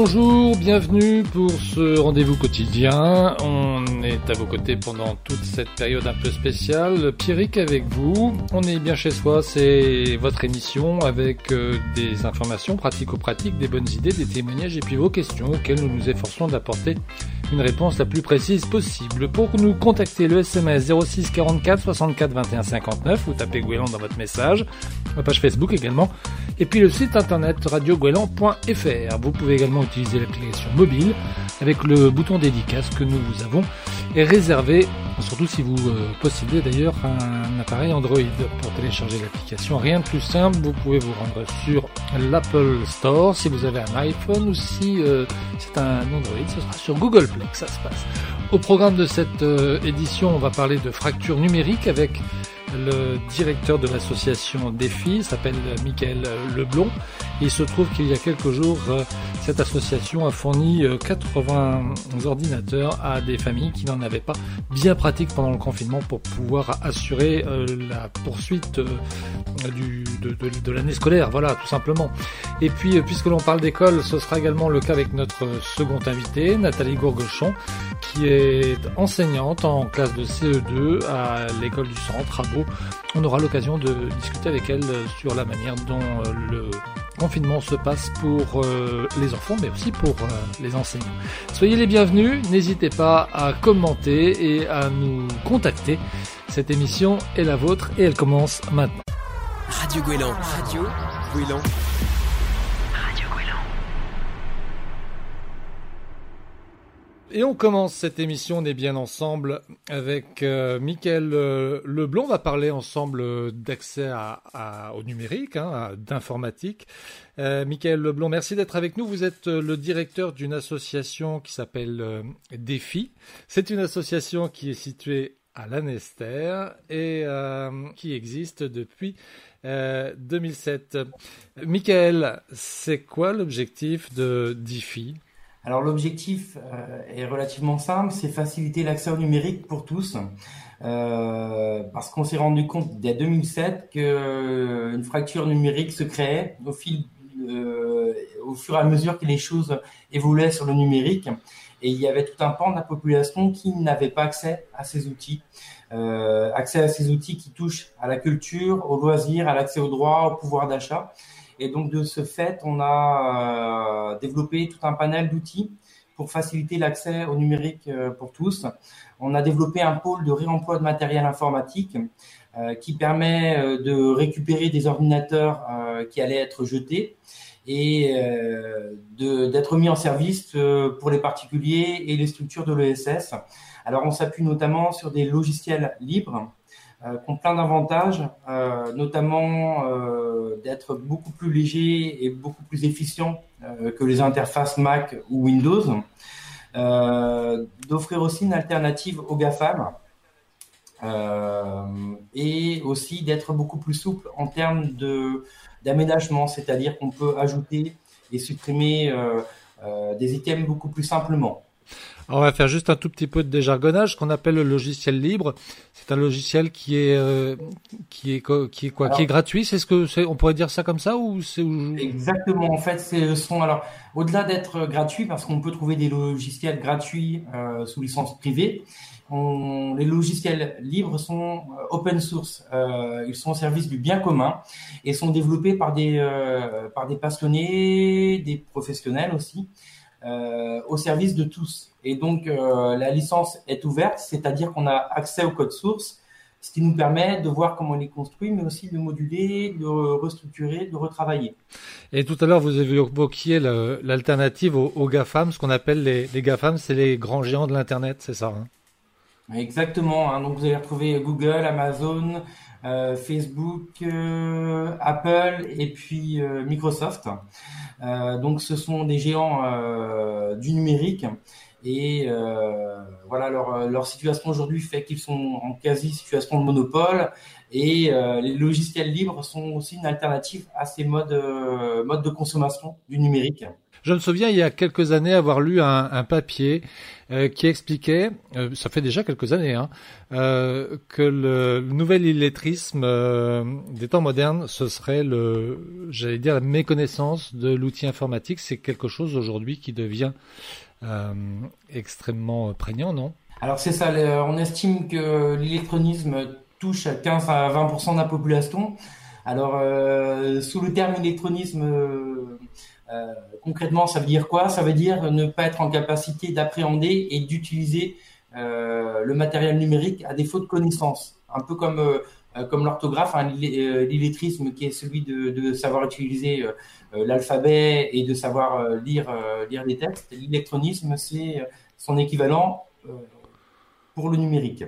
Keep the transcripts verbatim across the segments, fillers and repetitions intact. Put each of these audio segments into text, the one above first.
Bonjour, bienvenue pour ce rendez-vous quotidien. On est à vos côtés pendant toute cette période un peu spéciale. Pierrick avec vous. On est bien chez soi, c'est votre émission avec euh, des informations pratico-pratiques, des bonnes idées, des témoignages et puis vos questions auxquelles nous nous efforçons d'apporter une réponse la plus précise possible. Pour nous contacter, le S M S zéro six quarante-quatre soixante-quatre vingt et un cinquante-neuf, vous tapez Gouélan dans votre message, ma page Facebook également, et puis le site internet radio gouélan point f r. Vous pouvez également utiliser l'application mobile avec le bouton dédicace que nous vous avons réservé, surtout si vous euh, possédez d'ailleurs un appareil Android. Pour télécharger l'application, rien de plus simple, vous pouvez vous rendre sur l'Apple Store si vous avez un iPhone ou si euh, c'est un Android, ce sera sur Google Play que ça se passe. Au programme de cette euh, édition, on va parler de fracture numérique avec le directeur de l'association Défi, il s'appelle Michael Leblond. Et il se trouve qu'il y a quelques jours, cette association a fourni quatre-vingts ordinateurs à des familles qui n'en avaient pas, bien pratique pendant le confinement pour pouvoir assurer la poursuite du, de, de, de l'année scolaire, voilà, tout simplement. Et puis, puisque l'on parle d'école, ce sera également le cas avec notre second invité, Nathalie Gourguechon, qui est enseignante en classe de C E deux à l'école du Centre, à Beau. On aura l'occasion de discuter avec elle sur la manière dont le confinement se passe pour euh, les enfants, mais aussi pour euh, les enseignants. Soyez les bienvenus, n'hésitez pas à commenter et à nous contacter. Cette émission est la vôtre et elle commence maintenant. Radio Gouélan. Radio Gouélan. Radio Gouélan. Et on commence cette émission, on est bien ensemble avec euh, Michael euh, Leblond. On va parler ensemble d'accès à, à, au numérique, hein, à, d'informatique. Euh, Michael Leblond, merci d'être avec nous. Vous êtes le directeur d'une association qui s'appelle euh, Défi. C'est une association qui est située à Lanester et euh, qui existe depuis euh, deux mille sept. Michael, c'est quoi l'objectif de Défi ? Alors l'objectif euh, est relativement simple, c'est faciliter l'accès au numérique pour tous, euh, parce qu'on s'est rendu compte dès deux mille sept qu'une fracture numérique se créait au fil, euh, au fur et à mesure que les choses évoluaient sur le numérique, et il y avait tout un pan de la population qui n'avait pas accès à ces outils, euh, accès à ces outils qui touchent à la culture, aux loisirs, à l'accès aux droits, au pouvoir d'achat. Et donc, de ce fait, on a euh, développé tout un panel d'outils pour faciliter l'accès au numérique euh, pour tous. On a développé un pôle de réemploi de matériel informatique euh, qui permet euh, de récupérer des ordinateurs euh, qui allaient être jetés et euh, de, d'être mis en service euh, pour les particuliers et les structures de l'E S S. Alors, on s'appuie notamment sur des logiciels libres Euh, qui ont plein d'avantages, euh, notamment euh, d'être beaucoup plus léger et beaucoup plus efficient euh, que les interfaces Mac ou Windows, euh, d'offrir aussi une alternative aux GAFAM euh, et aussi d'être beaucoup plus souple en termes de, d'aménagement, c'est-à-dire qu'on peut ajouter et supprimer euh, euh, des items beaucoup plus simplement. Alors on va faire juste un tout petit peu de déjargonnage. Ce qu'on appelle le logiciel libre, c'est un logiciel qui est euh, qui est qui est quoi, alors, qui est gratuit. C'est ce que c'est, on pourrait dire ça comme ça ou c'est exactement. En fait, c'est sont alors au-delà d'être gratuit parce qu'on peut trouver des logiciels gratuits euh, sous licence privée. On, les logiciels libres sont open source. Euh, ils sont au service du bien commun et sont développés par des euh, par des passionnés, des professionnels aussi. Euh, au service de tous. Et donc, euh, la licence est ouverte, c'est-à-dire qu'on a accès au code source, ce qui nous permet de voir comment il est construit, mais aussi de moduler, de restructurer, de retravailler. Et tout à l'heure, vous évoquiez le, l'alternative aux, aux GAFAM, ce qu'on appelle les, les GAFAM, c'est les grands géants de l'Internet, c'est ça, hein? Exactement. Hein. Donc, vous allez retrouver Google, Amazon, euh, Facebook, euh, Apple et puis euh, Microsoft. Euh, donc, ce sont des géants euh, du numérique Et euh, voilà, leur, leur situation aujourd'hui fait qu'ils sont en quasi situation de monopole. Et euh, les logiciels libres sont aussi une alternative à ces modes, euh, modes de consommation du numérique. Je me souviens il y a quelques années avoir lu un, un papier euh, qui expliquait, euh, ça fait déjà quelques années, hein, euh, que le, le nouvel illettrisme euh, des temps modernes, ce serait le, j'allais dire, la méconnaissance de l'outil informatique. C'est quelque chose aujourd'hui qui devient euh, extrêmement prégnant, non ? Alors c'est ça, on estime que l'électronisme touche à quinze à vingt pour cent de la population. Alors, euh, sous le terme électronisme, euh, euh, concrètement, ça veut dire quoi ? Ça veut dire ne pas être en capacité d'appréhender et d'utiliser euh, le matériel numérique à défaut de connaissances. Un peu comme euh, comme l'orthographe, hein, l'illettrisme qui est celui de, de savoir utiliser euh, l'alphabet et de savoir euh, lire euh, lire des textes. L'électronisme, c'est son équivalent euh, pour le numérique.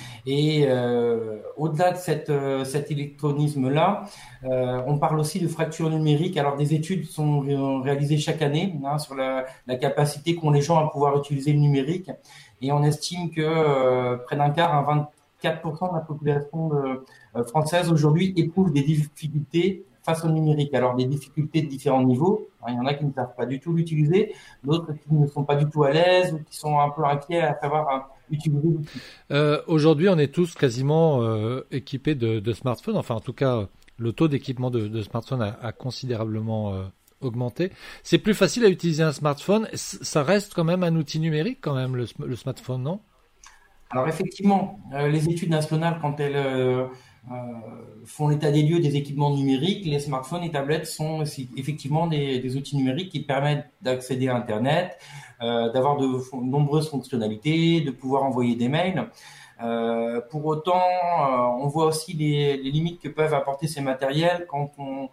Et euh, au-delà de cette, euh, cet électronisme-là, euh, on parle aussi de fracture numérique. Alors des études sont ré- réalisées chaque année hein, sur la, la capacité qu'ont les gens à pouvoir utiliser le numérique. Et on estime que euh, près d'un quart, hein, vingt-quatre pour cent de la population de, euh, française aujourd'hui éprouve des difficultés face au numérique. Alors des difficultés de différents niveaux. Il y en a qui ne savent pas du tout l'utiliser, d'autres qui ne sont pas du tout à l'aise ou qui sont un peu inquiets à savoir hein, utiliser l'outil. Euh, aujourd'hui, on est tous quasiment euh, équipés de, de smartphones. Enfin, en tout cas, le taux d'équipement de, de smartphones a, a considérablement euh, augmenté. C'est plus facile à utiliser un smartphone. Ça reste quand même un outil numérique, quand même, le, le smartphone, non ? Alors effectivement, euh, les études nationales, quand elles euh, euh, font l'état des lieux des équipements numériques, les smartphones et tablettes sont aussi, effectivement des, des outils numériques qui permettent d'accéder à Internet, euh, d'avoir de f- nombreuses fonctionnalités, de pouvoir envoyer des mails. Euh, pour autant, euh, on voit aussi les, les limites que peuvent apporter ces matériels quand on,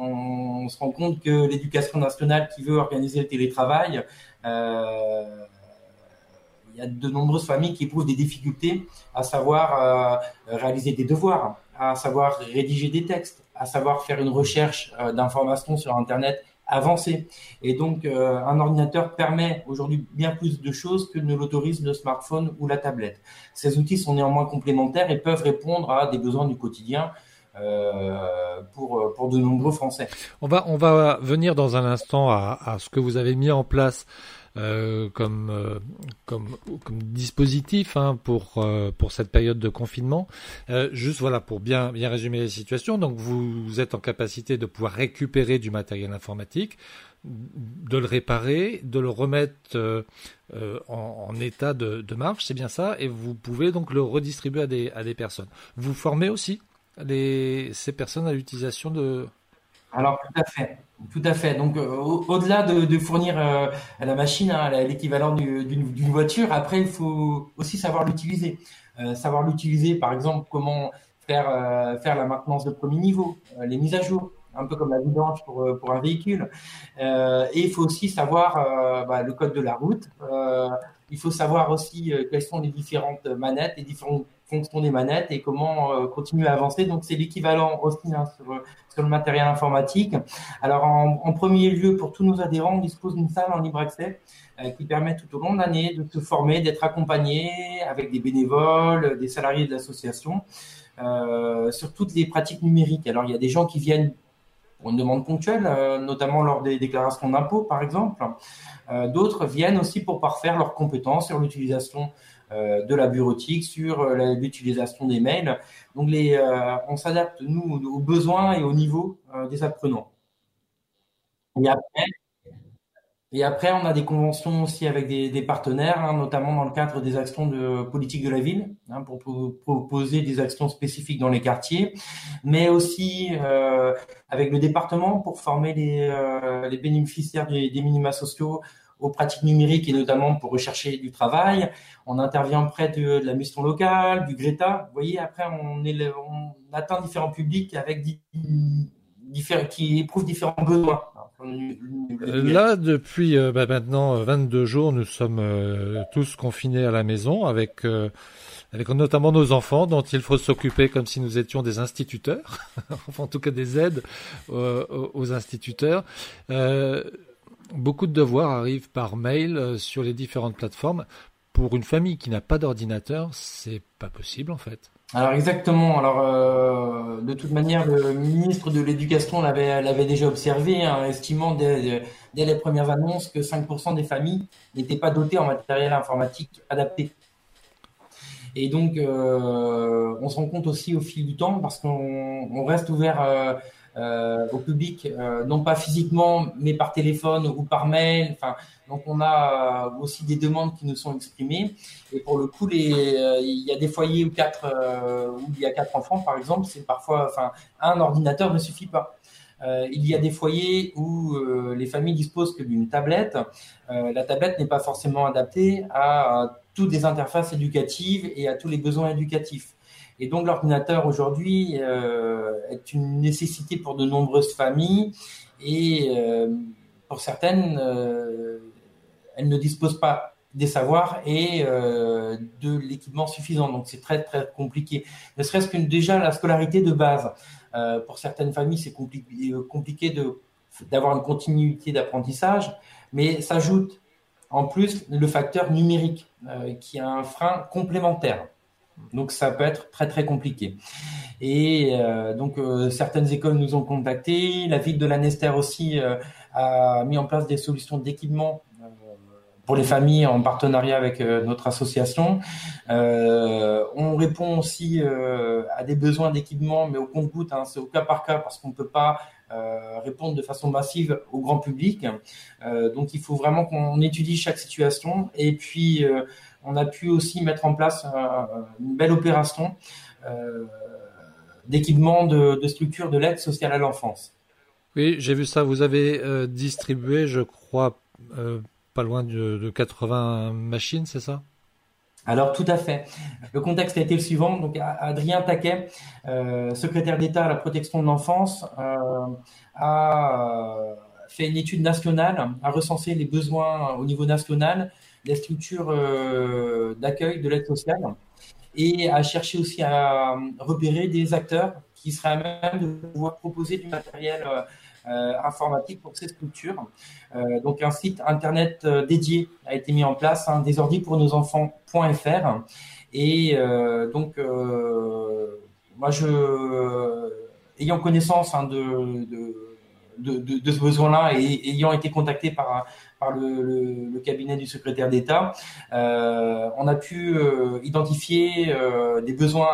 on se rend compte que l'éducation nationale qui veut organiser le télétravail, euh, il y a de nombreuses familles qui éprouvent des difficultés à savoir euh, réaliser des devoirs, à savoir rédiger des textes, à savoir faire une recherche euh, d'informations sur Internet avancée. Et donc, euh, un ordinateur permet aujourd'hui bien plus de choses que ne l'autorise le smartphone ou la tablette. Ces outils sont néanmoins complémentaires et peuvent répondre à des besoins du quotidien euh, pour, pour de nombreux Français. On va, on va venir dans un instant à, à ce que vous avez mis en place Euh, comme, euh, comme comme dispositif hein, pour euh, pour cette période de confinement. Euh, juste voilà pour bien bien résumer la situation. Donc vous, vous êtes en capacité de pouvoir récupérer du matériel informatique, de le réparer, de le remettre euh, euh, en, en état de, de marche, c'est bien ça, et vous pouvez donc le redistribuer à des à des personnes. Vous formez aussi les ces personnes à l'utilisation de. Alors tout à fait. Tout à fait. Donc, euh, au- au-delà de, de fournir euh, la machine, hein, la- l'équivalent du- d'une d'une voiture, après, il faut aussi savoir l'utiliser. Euh, savoir l'utiliser, par exemple, comment faire euh, faire la maintenance de premier niveau, euh, les mises à jour, un peu comme la vidange pour euh, pour un véhicule. Euh, et il faut aussi savoir euh, bah, le code de la route. Euh, il faut savoir aussi euh, quelles sont les différentes manettes, les différentes fonctions des manettes et comment euh, continuer à avancer. Donc, c'est l'équivalent aussi hein, sur sur le matériel informatique. Alors, en, en premier lieu, pour tous nos adhérents, on dispose d'une salle en libre accès euh, qui permet tout au long de l'année de se former, d'être accompagné avec des bénévoles, des salariés de l'association euh, sur toutes les pratiques numériques. Alors, il y a des gens qui viennent pour une demande ponctuelle, euh, notamment lors des déclarations d'impôts, par exemple. Euh, d'autres viennent aussi pour parfaire leurs compétences sur l'utilisation euh, de la bureautique, sur euh, la- l'utilisation des mails. Donc, les, euh, on s'adapte, nous, aux besoins et au niveau euh, des apprenants. Et après, et après, on a des conventions aussi avec des, des partenaires, hein, notamment dans le cadre des actions de politique de la ville, hein, pour, pour proposer des actions spécifiques dans les quartiers, mais aussi euh, avec le département pour former les, euh, les bénéficiaires des, des minima sociaux aux pratiques numériques et notamment pour rechercher du travail. On intervient près de, de la mission locale, du Greta. Vous voyez, après, on, est, le- on atteint différents publics avec di- diffé- qui éprouvent différents besoins. Là, depuis euh, bah, maintenant euh, vingt-deux jours, nous sommes euh, tous confinés à la maison avec, euh, avec notamment nos enfants dont il faut s'occuper comme si nous étions des instituteurs, enfin en tout cas des aides euh, aux aux instituteurs. Euh, beaucoup de devoirs arrivent par mail euh, sur les différentes plateformes. Pour une famille qui n'a pas d'ordinateur, c'est pas possible en fait. Alors exactement. Alors euh, de toute manière, le ministre de l'Éducation l'avait l'avait déjà observé, hein, estimant dès, dès les premières annonces que cinq pour cent des familles n'étaient pas dotées en matériel informatique adapté. Et donc, euh, on se rend compte aussi au fil du temps, parce qu'on on reste ouvert euh, euh, au public, euh, non pas physiquement, mais par téléphone ou par mail. Enfin, donc on a euh, aussi des demandes qui nous sont exprimées. Et pour le coup, les, euh, il y a des foyers où quatre, euh, où il y a quatre enfants, par exemple, c'est parfois, enfin, un ordinateur ne suffit pas. Euh, il y a des foyers où euh, les familles disposent que d'une tablette. Euh, la tablette n'est pas forcément adaptée à, à toutes les interfaces éducatives et à tous les besoins éducatifs. Et donc l'ordinateur aujourd'hui euh, est une nécessité pour de nombreuses familles et euh, pour certaines, euh, elles ne disposent pas des savoirs et euh, de l'équipement suffisant. Donc c'est très très compliqué. Ne serait-ce que déjà la scolarité de base. Euh, pour certaines familles, c'est compliqué, compliqué de, d'avoir une continuité d'apprentissage, mais s'ajoute en plus le facteur numérique euh, qui a un frein complémentaire. Donc ça peut être très très compliqué. Et euh, donc euh, certaines écoles nous ont contactés, la ville de Lanester aussi euh, a mis en place des solutions d'équipement euh, pour les familles en partenariat avec euh, notre association. Euh, on répond aussi euh, à des besoins d'équipement, mais au compte-gouttes, hein, c'est au cas par cas parce qu'on ne peut pas euh, répondre de façon massive au grand public. Euh, donc il faut vraiment qu'on étudie chaque situation. Et puis euh, on a pu aussi mettre en place euh, une belle opération euh, d'équipement de, de structures de l'aide sociale à l'enfance. Oui, j'ai vu ça. Vous avez euh, distribué, je crois, euh, pas loin de, de quatre-vingts machines, c'est ça ? Alors tout à fait. Le contexte a été le suivant. Donc Adrien Taquet, euh, secrétaire d'État à la protection de l'enfance, euh, a fait une étude nationale, a recensé les besoins au niveau national des structures euh, d'accueil de l'aide sociale et a cherché aussi à repérer des acteurs qui seraient à même de pouvoir proposer du matériel euh, Euh, informatique pour ces structures. Euh, donc un site internet euh, dédié a été mis en place, hein, desordi pour nos enfants point f r. Et euh, donc euh, moi je, euh, ayant connaissance hein, de, de, de, de, de ce besoin-là et ayant été contacté par par le, le, le cabinet du secrétaire d'État, euh, on a pu euh, identifier euh, des besoins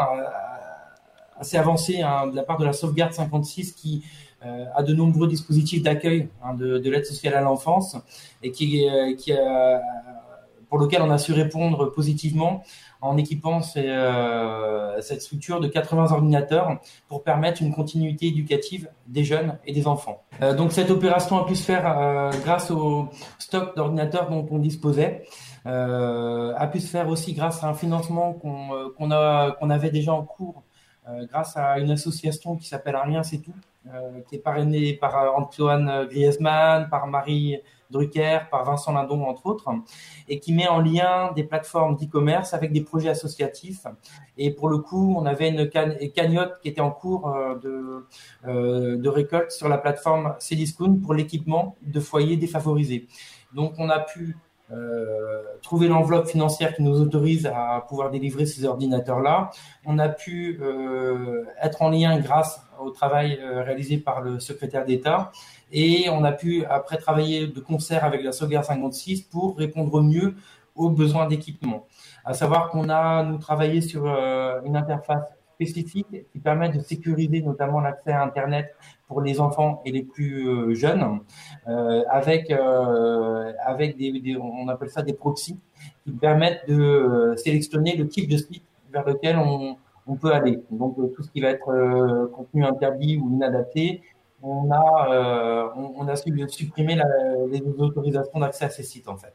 assez avancés hein, de la part de la sauvegarde cinquante-six qui Euh, à de nombreux dispositifs d'accueil hein, de, de l'aide sociale à l'enfance et qui, euh, qui a, pour lequel on a su répondre positivement en équipant ces, euh, cette structure de quatre-vingts ordinateurs pour permettre une continuité éducative des jeunes et des enfants. Euh, donc cette opération a pu se faire euh, grâce au stock d'ordinateurs dont on disposait, euh, a pu se faire aussi grâce à un financement qu'on, euh, qu'on, a, qu'on avait déjà en cours euh, grâce à une association qui s'appelle Un Rien C'est Tout, Euh, qui est parrainé par Antoine Griezmann, par Marie Drucker, par Vincent Lindon, entre autres, et qui met en lien des plateformes d'e-commerce avec des projets associatifs. Et pour le coup, on avait une cagnotte qui était en cours euh, de, euh, de récolte sur la plateforme Cdiscount pour l'équipement de foyers défavorisés. Donc, on a pu Euh, trouver l'enveloppe financière qui nous autorise à pouvoir délivrer ces ordinateurs-là. On a pu euh, être en lien grâce au travail euh, réalisé par le secrétaire d'État et on a pu après travailler de concert avec la sauvegarde cinquante-six pour répondre au mieux aux besoins d'équipement. À savoir qu'on a nous travaillé sur euh, une interface spécifique qui permet de sécuriser notamment l'accès à Internet pour les enfants et les plus euh, jeunes, euh, avec euh, avec des, des, on appelle ça des proxys, qui permettent de euh, sélectionner le type de site vers lequel on, on peut aller. Donc euh, tout ce qui va être euh, contenu interdit ou inadapté, on a euh, on, on a su supprimer la, les autorisations d'accès à ces sites en fait.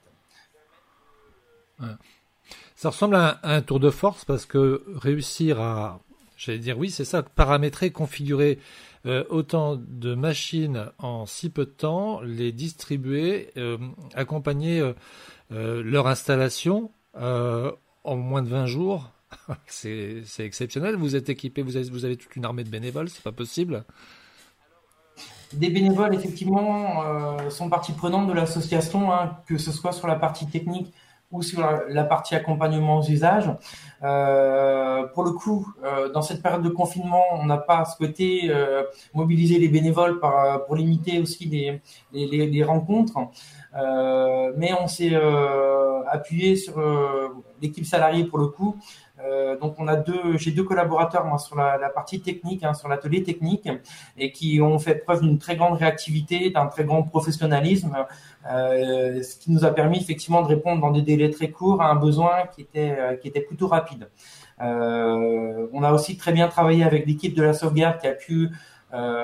Ouais. Ça ressemble à un, à un tour de force parce que réussir à, j'allais dire oui, c'est ça, paramétrer, configurer euh, autant de machines en si peu de temps, les distribuer, euh, accompagner euh, euh, leur installation euh, en moins de vingt jours, c'est, c'est exceptionnel. Vous êtes équipé, vous avez, vous avez toute une armée de bénévoles, c'est pas possible. des bénévoles, effectivement, euh, sont partie prenante de l'association, hein, que ce soit sur la partie technique ou sur la, la partie accompagnement aux usages. Euh, pour le coup, euh, dans cette période de confinement, on n'a pas souhaité euh, mobiliser les bénévoles par, pour limiter aussi les, les, les, les rencontres, euh, mais on s'est euh, appuyé sur euh, l'équipe salariée pour le coup. Euh, donc on a deux, j'ai deux collaborateurs moi sur la, la partie technique, hein, sur l'atelier technique, et qui ont fait preuve d'une très grande réactivité, d'un très grand professionnalisme, euh, ce qui nous a permis effectivement de répondre dans des délais très courts à un besoin qui était euh, qui était plutôt rapide. Euh, on a aussi très bien travaillé avec l'équipe de la sauvegarde qui a pu euh,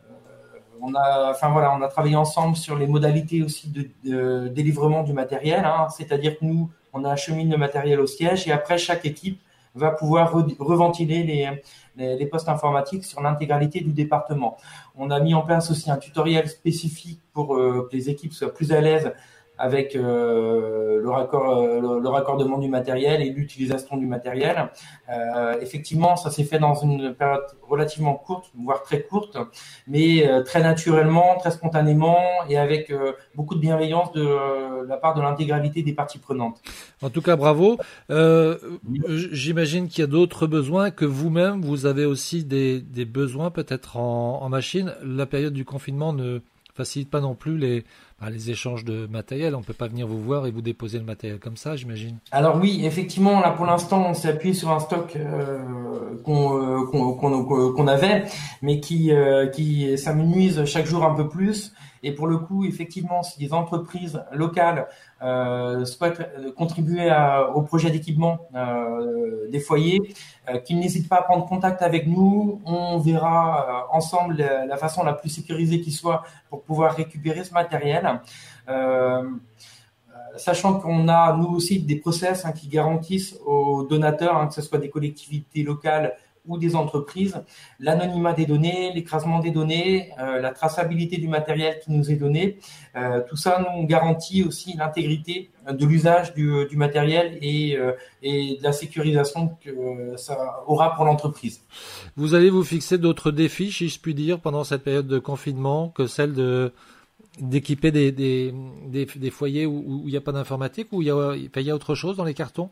On a, enfin voilà, on a travaillé ensemble sur les modalités aussi de, de délivrement du matériel, hein, c'est-à-dire que nous, on achemine le matériel au siège et après chaque équipe va pouvoir re- reventiler les, les, les postes informatiques sur l'intégralité du département. On a mis en place aussi un tutoriel spécifique pour euh, que les équipes soient plus à l'aise avec euh, le, raccord, euh, le, le raccordement du matériel et l'utilisation du matériel. Euh, effectivement, ça s'est fait dans une période relativement courte, voire très courte, mais euh, très naturellement, très spontanément et avec euh, beaucoup de bienveillance de, euh, de la part de l'intégralité des parties prenantes. En tout cas, bravo. Euh, j'imagine qu'il y a d'autres besoins, que vous-même, vous avez aussi des, des besoins peut-être en, en machine. La période du confinement ne facilite pas non plus les, bah, les échanges de matériel. On ne peut pas venir vous voir et vous déposer le matériel comme ça, j'imagine. Alors oui, effectivement, là pour l'instant, on s'est appuyé sur un stock euh, qu'on, euh, qu'on, qu'on, qu'on avait, mais qui, euh, qui s'amenuise chaque jour un peu plus. Et pour le coup, effectivement, si les entreprises locales euh, souhaitent contribuer à, au projet d'équipement euh, des foyers, euh, qu'ils n'hésitent pas à prendre contact avec nous. On verra euh, ensemble la, la façon la plus sécurisée qui soit pour pouvoir récupérer ce matériel. Euh, Sachant qu'on a, nous aussi, des process hein, qui garantissent aux donateurs, hein, que ce soit des collectivités locales ou des entreprises, l'anonymat des données, l'écrasement des données, euh, la traçabilité du matériel qui nous est donné. Euh, tout ça nous garantit aussi l'intégrité de l'usage du, du matériel et, euh, et de la sécurisation que euh, ça aura pour l'entreprise. Vous allez vous fixer d'autres défis, si je puis dire, pendant cette période de confinement, que celle de d'équiper des, des, des, des foyers où il n'y a pas d'informatique, ou il y a, il y a autre chose dans les cartons?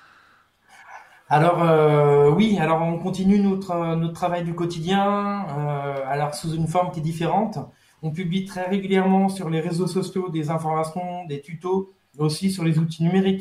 Alors euh, oui, alors on continue notre notre travail du quotidien, euh, alors sous une forme qui est différente. On publie très régulièrement sur les réseaux sociaux des informations, des tutos, aussi sur les outils numériques,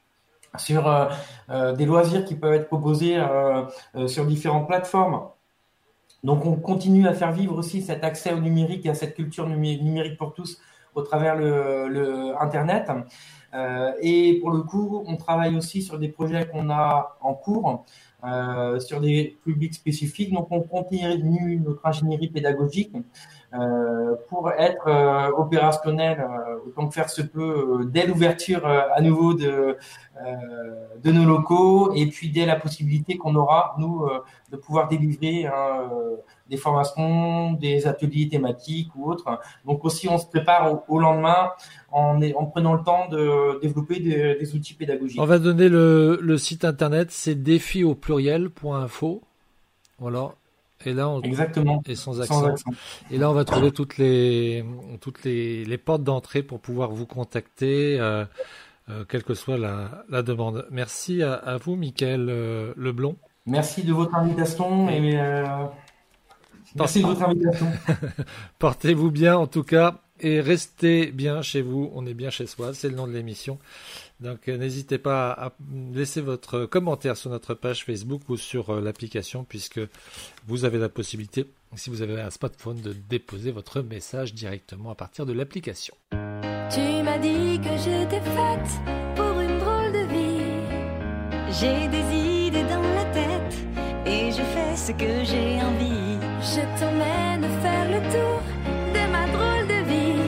sur euh, euh, des loisirs qui peuvent être proposés euh, euh, sur différentes plateformes. Donc on continue à faire vivre aussi cet accès au numérique et à cette culture numé- numérique pour tous au travers le, le Internet. Euh, et pour le coup, on travaille aussi sur des projets qu'on a en cours, euh, sur des publics spécifiques. Donc on continue notre ingénierie pédagogique euh, pour être euh, opérationnel euh, autant que faire se peut euh, dès l'ouverture euh, à nouveau de euh, de nos locaux et puis dès la possibilité qu'on aura nous euh, de pouvoir délivrer hein, euh, des formations, des ateliers thématiques ou autres. Donc aussi on se prépare au, au lendemain en, en prenant le temps de développer des, des outils pédagogiques. On va donner le, le site internet, c'est défi au pluriel point info. Voilà. Et là, on exactement. Et sans accent. sans accent. Et là, on va trouver toutes les toutes les, les portes d'entrée pour pouvoir vous contacter, euh, euh, quelle que soit la, la demande. Merci à, à vous, Mickaël euh, Leblond. Merci de votre invitation et euh, merci de votre invitation. Portez-vous bien en tout cas et restez bien chez vous. On est bien chez soi, c'est le nom de l'émission. Donc euh, n'hésitez pas à laisser votre commentaire sur notre page Facebook ou sur euh, l'application, puisque vous avez la possibilité, si vous avez un smartphone, de déposer votre message directement à partir de l'application. Tu m'as dit que j'étais faite pour une drôle de vie. J'ai des idées dans la tête et je fais ce que j'ai envie. Je t'emmène faire le tour de ma drôle de vie.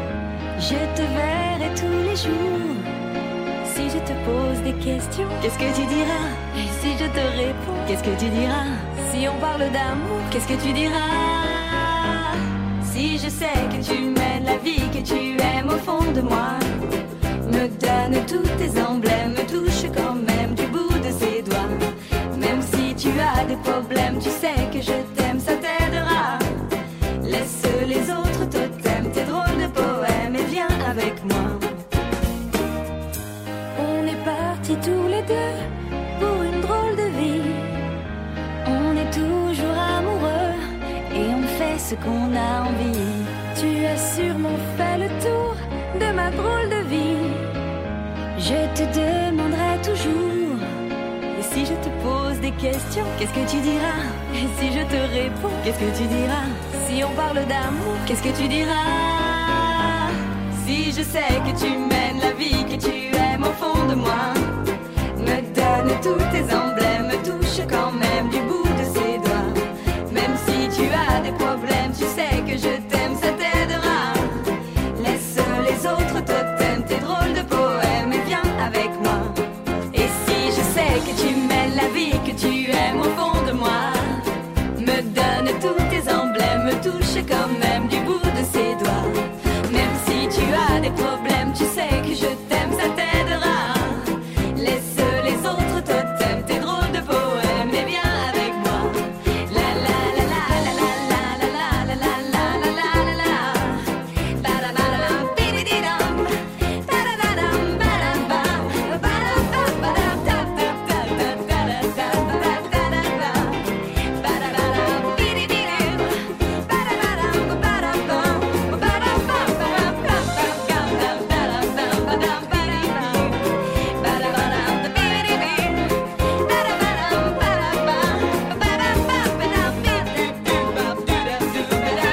Je te verrai tous les jours. Si je te pose des questions, qu'est-ce que tu diras? Et si je te réponds, qu'est-ce que tu diras? Si on parle d'amour, qu'est-ce que tu diras? Si je sais que tu mènes la vie que tu aimes au fond de moi, me donne tous tes emblèmes, me touche quand même du bout de ses doigts. Même si tu as des problèmes, tu sais que je t'aime, ça t'aidera. Laisse les ce qu'on a envie. Tu as sûrement fait le tour de ma drôle de vie. Je te demanderai toujours. Et si je te pose des questions, qu'est-ce que tu diras? Et si je te réponds, qu'est-ce que tu diras? Si on parle d'amour, qu'est-ce que tu diras? Si je sais que tu mènes la vie, que tu aimes au fond de moi, me donne tous tes emblèmes, me touche quand même du bout de ses doigts. Même si tu as des problèmes, tu sais que je t'aime, ça t'aidera. Laisse les autres totems, tes drôles de poèmes et viens avec moi. Et si je sais que tu mènes la vie, que tu aimes au fond de moi, me donne tous tes emblèmes, me touche quand même du bout de ses doigts. Même si tu as des problèmes, tu sais que je t'aime, ça t'aidera. Laisse les autres totems, tes drôles de poèmes et viens avec moi. La la la la la la la la la la la la la la la. Ba da ba da dum, bidi-di-dum. Ba da ba dum, ba da ba. Ba da ba ba da da da da da da da da da da da da. Ba da ba dum, bidi-di-dum. Ba da ba dum, ba da bum. Ba da ba ba da da da da da da da da ba da ba di. Ba da ba dum, the bidi-di-dum. Ba da ba dum, ba da ba. Ba da ba ba da ba da da da do da do da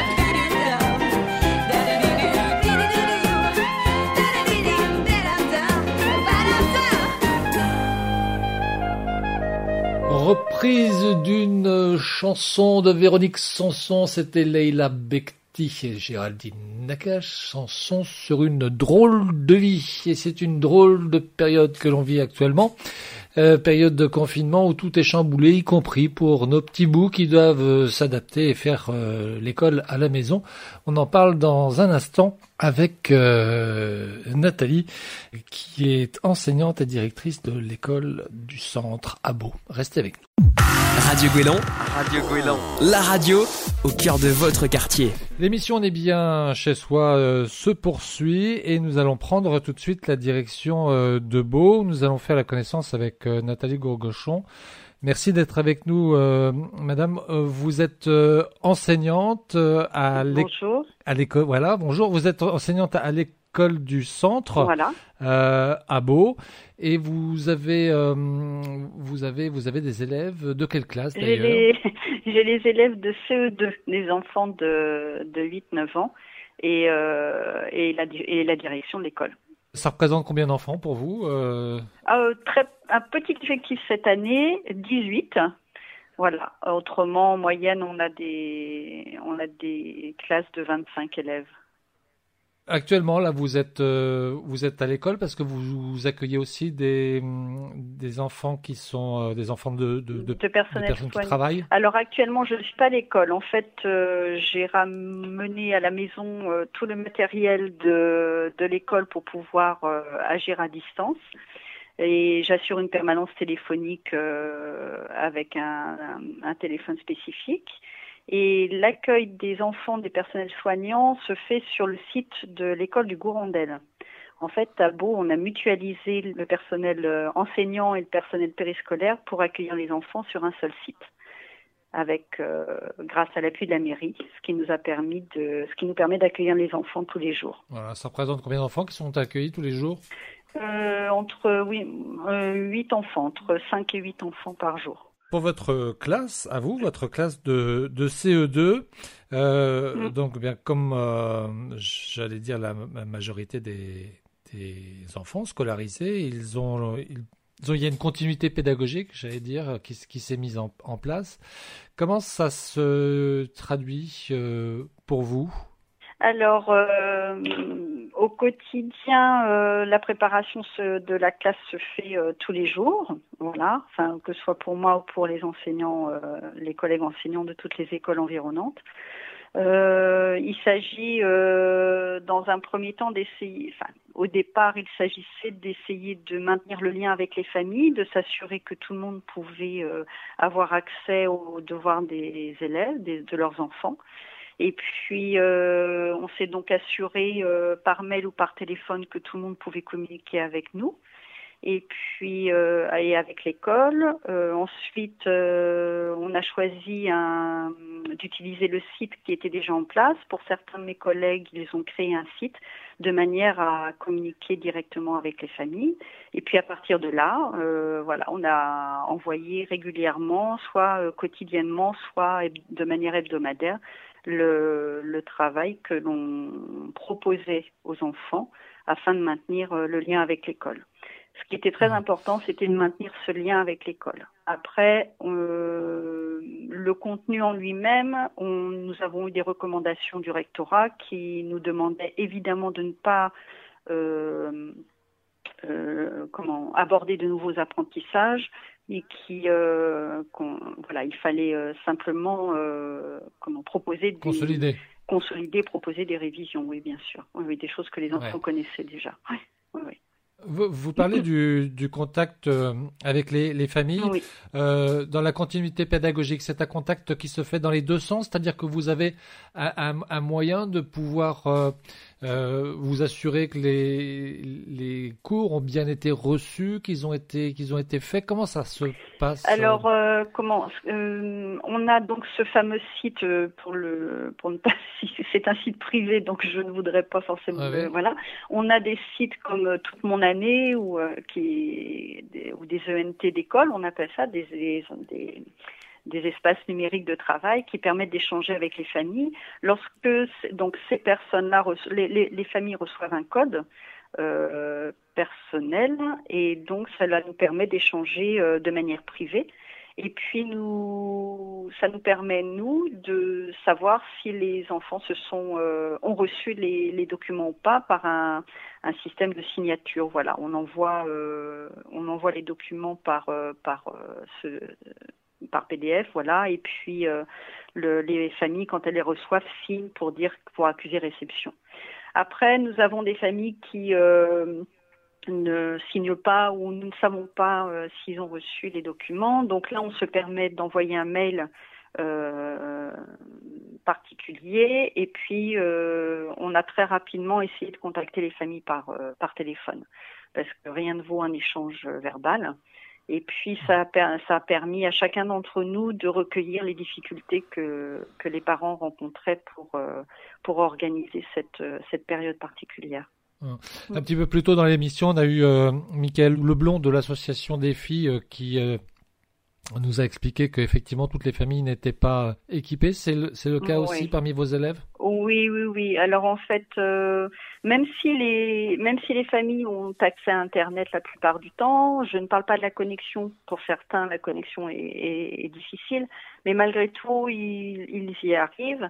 Reprise d'une chanson de Véronique Sanson, c'était Leila Bekti et Géraldine Nakache, chanson sur une drôle de vie. Et c'est une drôle de période que l'on vit actuellement, euh, période de confinement où tout est chamboulé, y compris pour nos petits bouts qui doivent euh, s'adapter et faire euh, l'école à la maison. On en parle dans un instant avec euh, Nathalie, qui est enseignante et directrice de l'école du centre à Beau. Restez avec nous. Radio Gouélan, Radio Gouélan, la radio au cœur de votre quartier. L'émission On est bien chez soi euh, se poursuit et nous allons prendre tout de suite la direction euh, de Beau. Nous allons faire la connaissance avec euh, Nathalie Gourgochon. Merci d'être avec nous, euh, madame. Euh, vous êtes euh, enseignante euh, à l'école. À l'école, voilà. Bonjour. Vous êtes enseignante à l'école du centre, voilà. euh, à Beau, et vous avez, euh, vous avez, vous avez des élèves de quelle classe d'ailleurs? J'ai les, j'ai les élèves de C E deux, des enfants de, de huit neuf ans, et, euh, et, la, et la direction de l'école. Ça représente combien d'enfants pour vous euh... euh, très, Un petit effectif cette année, dix-huit. Voilà. Autrement, en moyenne, on a des, on a des classes de vingt-cinq élèves. Actuellement, là, vous êtes, euh, vous êtes à l'école parce que vous, vous accueillez aussi des, des enfants qui sont euh, des enfants de, de, de, de, personnel de personnes soignant. qui travaillent. Alors actuellement, je ne suis pas à l'école. En fait, euh, j'ai ramené à la maison euh, tout le matériel de, de l'école pour pouvoir euh, agir à distance. Et j'assure une permanence téléphonique euh, avec un, un, un téléphone spécifique. Et l'accueil des enfants des personnels soignants se fait sur le site de l'école du Gourandel. En fait, à Beau, on a mutualisé le personnel enseignant et le personnel périscolaire pour accueillir les enfants sur un seul site, avec euh, grâce à l'appui de la mairie, ce qui nous a permis de, ce qui nous permet d'accueillir les enfants tous les jours. Voilà, ça représente combien d'enfants qui sont accueillis tous les jours? euh, Entre oui, euh, huit enfants, entre cinq et huit enfants par jour. Pour votre classe, à vous, votre classe de, de C E deux, euh, mmh. donc bien comme euh, j'allais dire la, la majorité des, des enfants scolarisés, ils ont, ils, ils ont, il y a une continuité pédagogique, j'allais dire, qui, qui s'est mise en, en place. Comment ça se traduit euh, pour vous? Alors, euh, au quotidien, euh, la préparation se, de la classe se fait euh, tous les jours, voilà. Enfin, que ce soit pour moi ou pour les enseignants, euh, les collègues enseignants de toutes les écoles environnantes. Euh, il s'agit, euh, dans un premier temps, d'essayer. Enfin, au départ, il s'agissait d'essayer de maintenir le lien avec les familles, de s'assurer que tout le monde pouvait euh, avoir accès aux devoirs des élèves, des, de leurs enfants. Et puis, euh, on s'est donc assuré euh, par mail ou par téléphone que tout le monde pouvait communiquer avec nous. Et puis, euh, et avec l'école. Euh, ensuite, euh, on a choisi un, d'utiliser le site qui était déjà en place. Pour certains de mes collègues, ils ont créé un site de manière à communiquer directement avec les familles. Et puis à partir de là, euh, voilà, on a envoyé régulièrement, soit euh, quotidiennement, soit de manière hebdomadaire, le, le travail que l'on proposait aux enfants afin de maintenir euh, le lien avec l'école. Ce qui était très important, c'était de maintenir ce lien avec l'école. Après, euh, le contenu en lui-même, on, nous avons eu des recommandations du rectorat qui nous demandaient évidemment de ne pas euh, euh, comment aborder de nouveaux apprentissages et qui, euh, qu'on, voilà, il fallait euh, simplement euh, comment proposer des, consolider, consolider, proposer des révisions. Oui, bien sûr. Oui, oui, des choses que les enfants ouais. connaissaient déjà. Oui, oui, oui. Vous, vous parlez du, du contact euh, avec les, les familles. Oui. Euh, dans la continuité pédagogique, c'est un contact qui se fait dans les deux sens, c'est-à-dire que vous avez un, un, un moyen de pouvoir euh, euh, vous assurer que les, les cours ont bien été reçus, qu'ils ont été, qu'ils ont été faits. Comment ça se passe? Alors, euh, comment euh, on a donc ce fameux site pour le, pour ne pas, c'est un site privé, donc je ne voudrais pas forcément. Ah oui. euh, voilà, on a des sites comme Toute mon année ou euh, qui des, ou des E N T d'école, on appelle ça des, des, des des espaces numériques de travail qui permettent d'échanger avec les familles. Lorsque donc ces personnes-là, les, les, les familles reçoivent un code euh, personnel et donc cela nous permet d'échanger euh, de manière privée. Et puis nous, ça nous permet nous de savoir si les enfants se sont euh, ont reçu les, les documents ou pas par un, un système de signature. Voilà, on envoie euh, on envoie les documents par euh, par euh, ce par P D F, voilà, et puis euh, le, les familles, quand elles les reçoivent, signent pour dire, pour accuser réception. Après, nous avons des familles qui euh, ne signent pas ou nous ne savons pas euh, s'ils ont reçu les documents. Donc là, on se permet d'envoyer un mail euh, particulier, et puis euh, on a très rapidement essayé de contacter les familles par euh, par téléphone, parce que rien ne vaut un échange verbal. Et puis, ça a, ça a permis à chacun d'entre nous de recueillir les difficultés que, que les parents rencontraient pour, euh, pour organiser cette, cette période particulière. Un petit peu plus tôt dans l'émission, on a eu euh, Michael Leblond de l'association des filles euh, qui euh, nous a expliqué qu'effectivement toutes les familles n'étaient pas équipées. C'est le, c'est le cas oui. aussi parmi vos élèves? Oui, oui, oui. Alors en fait, euh, même si les même si les familles ont accès à Internet la plupart du temps, je ne parle pas de la connexion. Pour certains, la connexion est, est, est difficile, mais malgré tout, ils, ils y arrivent.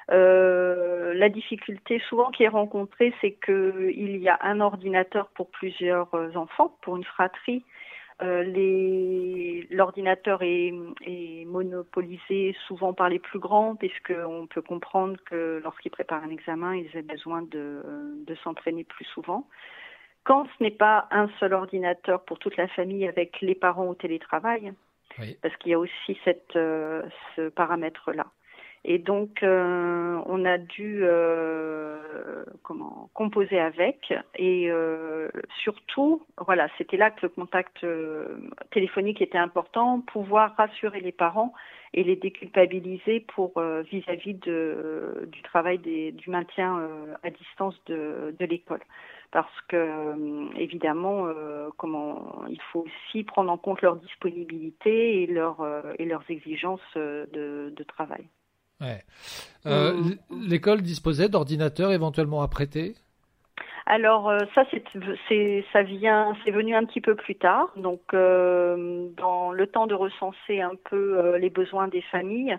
Euh, la difficulté souvent qui est rencontrée, c'est que il y a un ordinateur pour plusieurs enfants, pour une fratrie. Euh, les, l'ordinateur est, est monopolisé souvent par les plus grands, puisqu'on peut comprendre que lorsqu'ils préparent un examen, ils aient besoin de, de s'entraîner plus souvent. Quand ce n'est pas un seul ordinateur pour toute la famille avec les parents au télétravail, oui. parce qu'il y a aussi cette, euh, ce paramètre-là. Et donc, euh, on a dû euh, comment composer avec, et euh, surtout, voilà, c'était là que le contact euh, téléphonique était important, pouvoir rassurer les parents et les déculpabiliser pour euh, vis-à-vis de, du travail des, du maintien euh, à distance de, de l'école, parce que euh, évidemment, euh, comment il faut aussi prendre en compte leur disponibilité et leur euh, et leurs exigences de, de travail. Ouais. Euh, mmh. L'école disposait d'ordinateurs éventuellement à prêter? Alors euh, ça c'est, c'est ça vient c'est venu un petit peu plus tard, donc euh, dans le temps de recenser un peu euh, les besoins des familles,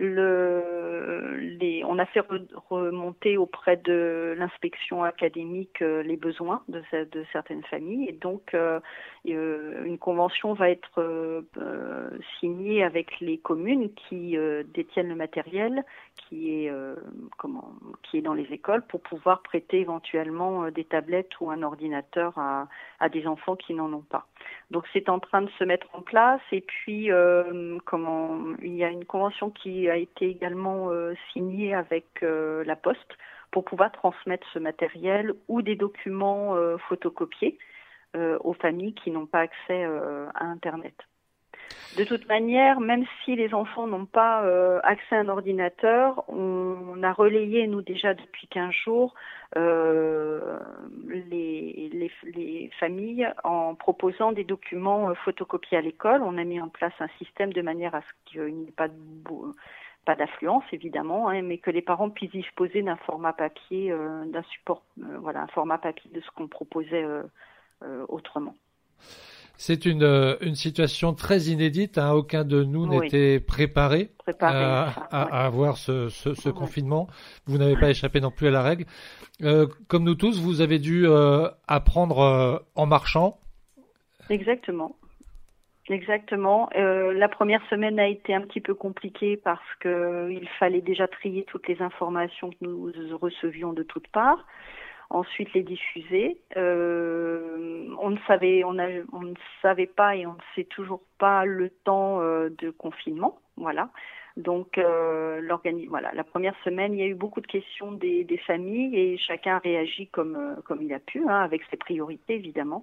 le les on a fait re, remonter auprès de l'inspection académique euh, les besoins de de certaines familles, et donc euh, euh, une convention va être euh, euh, signée avec les communes qui euh, détiennent le matériel qui est euh, comment qui est dans les écoles pour pouvoir prêter éventuellement euh, des tablettes ou un ordinateur à à des enfants qui n'en ont pas. Donc c'est en train de se mettre en place, et puis euh, comment il y a une convention qui a été également euh, signée avec euh, la Poste pour pouvoir transmettre ce matériel ou des documents euh, photocopiés euh, aux familles qui n'ont pas accès euh, à Internet. De toute manière, même si les enfants n'ont pas euh, accès à un ordinateur, on, on a relayé, nous déjà depuis quinze jours, euh, les, les, les familles en proposant des documents euh, photocopiés à l'école. On a mis en place un système de manière à ce qu'il n'y ait pas de, pas d'affluence évidemment, hein, mais que les parents puissent disposer d'un format papier, euh, d'un support, euh, voilà, un format papier de ce qu'on proposait euh, euh, autrement. C'est une, euh, une situation très inédite. Hein. Aucun de nous oui. n'était préparé, préparé à, ça, à, ouais. à avoir ce, ce, ce ouais. confinement. Vous n'avez pas échappé non plus à la règle. Euh, comme nous tous, vous avez dû euh, apprendre euh, en marchant. Exactement. Exactement. Euh, la première semaine a été un petit peu compliquée parce que il fallait déjà trier toutes les informations que nous recevions de toutes parts. Ensuite les diffuser. Euh, on ne savait, on, a, on ne savait pas et on ne sait toujours pas le temps euh, de confinement. Voilà. Donc euh, voilà, la première semaine, il y a eu beaucoup de questions des, des familles et chacun a réagi comme euh, comme il a pu, hein, avec ses priorités évidemment.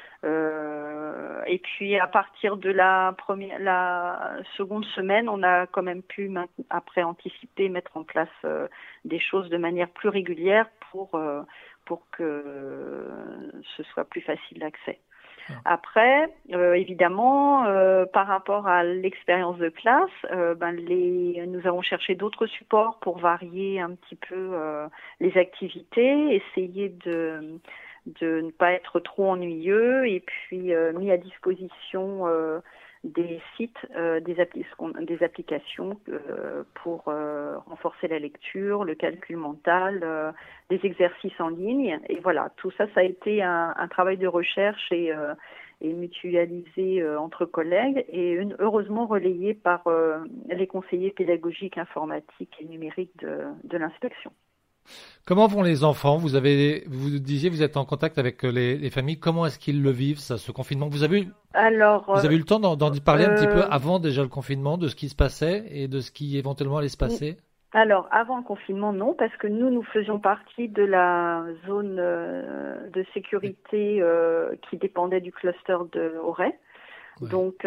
Euh, et puis à partir de la première, la seconde semaine, on a quand même pu après anticiper, mettre en place euh, des choses de manière plus régulière pour euh, pour que ce soit plus facile d'accès. Après, euh, évidemment, euh, par rapport à l'expérience de classe, euh, ben les, nous avons cherché d'autres supports pour varier un petit peu euh, les activités, essayer de de ne pas être trop ennuyeux et puis euh, mis à disposition euh, des sites, euh, des, appli- des applications euh, pour euh, renforcer la lecture, le calcul mental, euh, des exercices en ligne. Et voilà, tout ça, ça a été un, un travail de recherche et, euh, et mutualisé euh, entre collègues et une, heureusement relayé par euh, les conseillers pédagogiques, informatiques et numériques de, de l'inspection. Comment vont les enfants ? Vous avez, vous disiez, vous êtes en contact avec les, les familles. Comment est-ce qu'ils le vivent, ça, ce confinement ? Vous avez eu, Alors, vous avez eu le temps d'en, d'en parler euh, un petit peu avant déjà le confinement, de ce qui se passait et de ce qui éventuellement allait se passer ? Alors, avant le confinement, non, parce que nous, nous faisions partie de la zone euh, de sécurité euh, qui dépendait du cluster de Auray. Ouais. Donc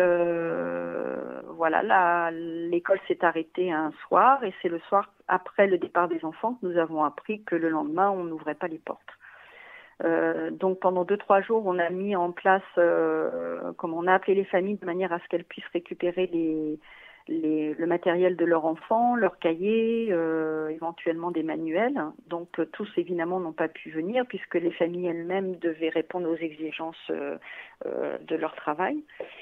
euh, voilà, la, l'école s'est arrêtée un soir et c'est le soir après le départ des enfants que nous avons appris que le lendemain on n'ouvrait pas les portes. Euh, donc pendant deux trois jours on a mis en place, euh, comme on a appelé les familles de manière à ce qu'elles puissent récupérer les, les, le matériel de leurs enfants, leurs cahiers, euh, éventuellement des manuels. Donc euh, tous évidemment n'ont pas pu venir puisque les familles elles-mêmes devaient répondre aux exigences euh, euh, de leur travail.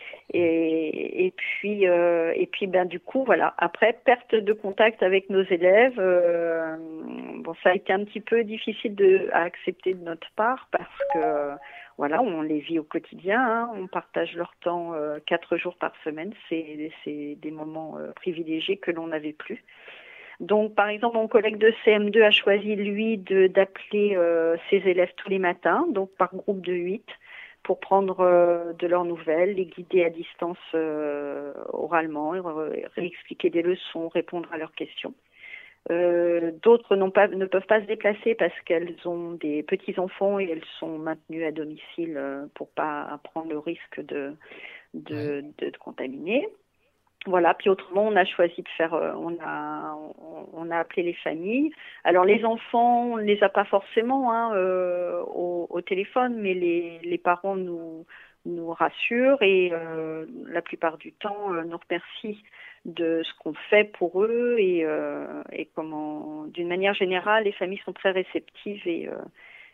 Et, et puis, euh, et puis ben du coup voilà. Après perte de contact avec nos élèves, euh, bon ça a été un petit peu difficile de à accepter de notre part parce que euh, voilà on les vit au quotidien, hein, on partage leur temps euh, quatre jours par semaine, c'est c'est des moments euh, privilégiés que l'on n'avait plus. Donc par exemple mon collègue de C M deux a choisi lui de d'appeler euh, ses élèves tous les matins, donc par groupe de huit. Pour prendre euh, de leurs nouvelles, les guider à distance euh, oralement, ré- réexpliquer des leçons, répondre à leurs questions. Euh, d'autres n'ont pas, ne peuvent pas se déplacer parce qu'elles ont des petits-enfants et elles sont maintenues à domicile euh, pour pas prendre le risque de, de, de, de contaminer. Voilà, puis autrement, on a choisi de faire, euh, on a, on, on a appelé les familles. Alors les enfants, on ne les a pas forcément hein, euh, au, au téléphone, mais les, les parents nous, nous rassurent et euh, la plupart du temps euh, nous remercient de ce qu'on fait pour eux et, euh, et comment, d'une manière générale, les familles sont très réceptives et, euh,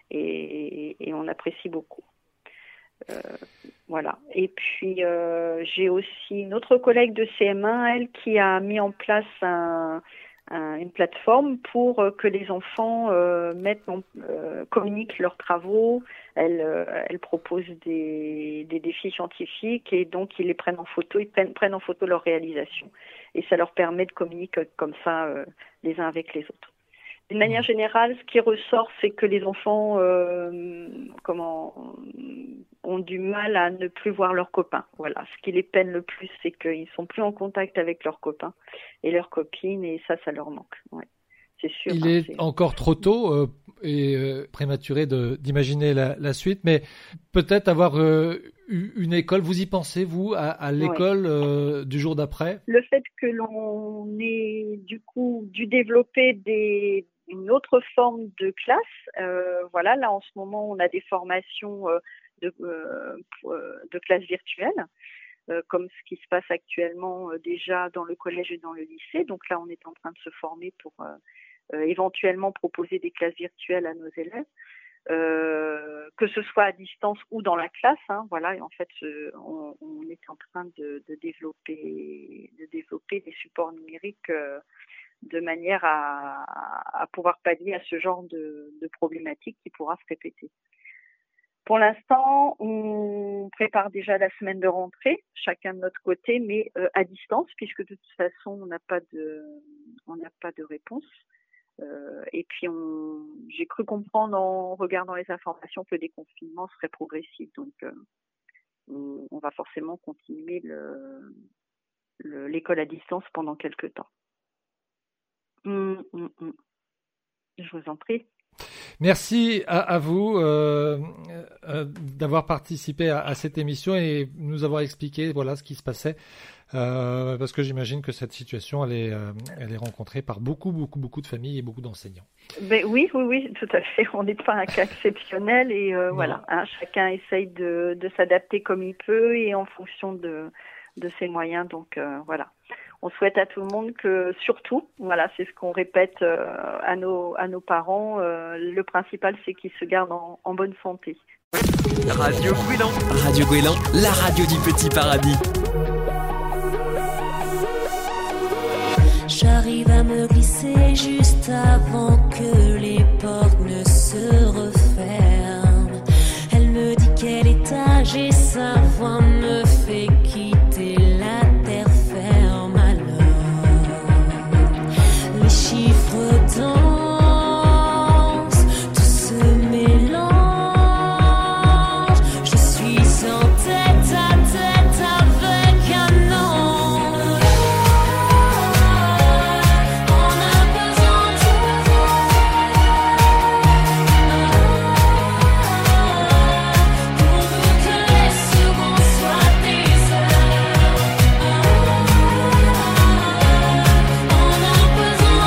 et, et on apprécie beaucoup. Euh, voilà. Et puis euh, j'ai aussi une autre collègue de C M un, elle, qui a mis en place un, un, une plateforme pour euh, que les enfants euh, mettent en, euh, communiquent leurs travaux. Elle, euh, elle propose des, des défis scientifiques et donc ils les prennent en photo, ils prennent, prennent en photo leurs réalisations et ça leur permet de communiquer comme ça euh, les uns avec les autres. D'une manière générale, ce qui ressort, c'est que les enfants euh, comment, ont du mal à ne plus voir leurs copains. Voilà. Ce qui les peine le plus, c'est qu'ils sont plus en contact avec leurs copains et leurs copines, et ça, ça leur manque. Ouais. C'est sûr. Il hein, est c'est... encore trop tôt. Euh, et euh, prématuré de, d'imaginer la, la suite, mais peut-être avoir euh, eu une école. Vous y pensez, vous, à, à l'école oui. euh, du jour d'après? Le fait que l'on ait du coup dû développer des, une autre forme de classe, euh, voilà, là en ce moment on a des formations euh, de, euh, de classe virtuelle. Euh, comme ce qui se passe actuellement euh, déjà dans le collège et dans le lycée. Donc là, on est en train de se former pour euh, euh, éventuellement proposer des classes virtuelles à nos élèves, euh, que ce soit à distance ou dans la classe. Hein, voilà, et en fait, euh, on, on est en train de, de développer, de développer des supports numériques euh, de manière à, à pouvoir pallier à ce genre de, de problématique qui pourra se répéter. Pour l'instant, on prépare déjà la semaine de rentrée, chacun de notre côté, mais euh, à distance, puisque de toute façon, on n'a pas de, on n'a pas de réponse. Euh, et puis, on, j'ai cru comprendre en regardant les informations que le déconfinement serait progressif. Donc, euh, on, on va forcément continuer le, le, l'école à distance pendant quelques temps. Hum, hum, hum. Je vous en prie. Merci à, à vous euh, euh, d'avoir participé à, à cette émission et nous avoir expliqué voilà ce qui se passait euh, parce que j'imagine que cette situation elle est, euh, elle est rencontrée par beaucoup beaucoup beaucoup de familles et beaucoup d'enseignants. Ben oui oui oui tout à fait. On n'est pas un cas exceptionnel et euh, voilà hein, chacun essaye de, de s'adapter comme il peut et en fonction de de ses moyens donc euh, voilà. On souhaite à tout le monde que, surtout, voilà, c'est ce qu'on répète euh, à nos à nos parents. Euh, le principal, c'est qu'ils se gardent en, en bonne santé. Radio Gouélan, Radio Gouélan, la radio du Petit Paradis. J'arrive à me glisser juste avant que les portes ne se referment. Elle me dit quel étage et sa voix me fait quitter la terre ferme. Chiffres dansent, tout se mélange. Je suis en tête à tête avec un ange. On a besoin de pourvu que les secondes soient des heures. On a besoin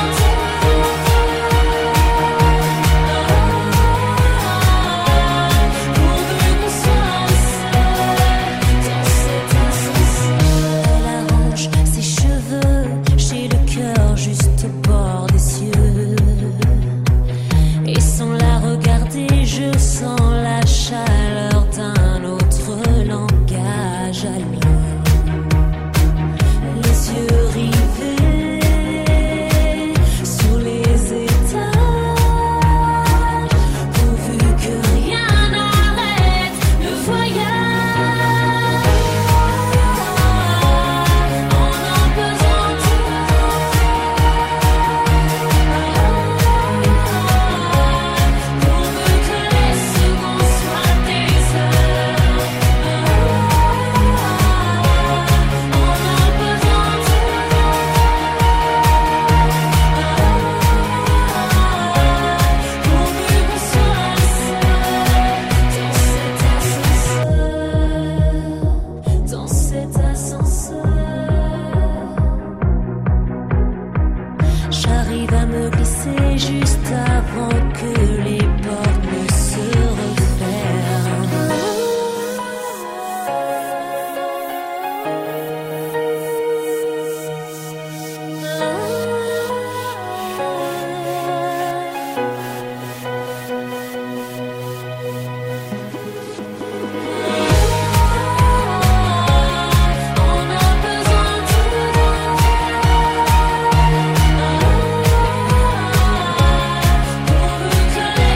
pourvu que les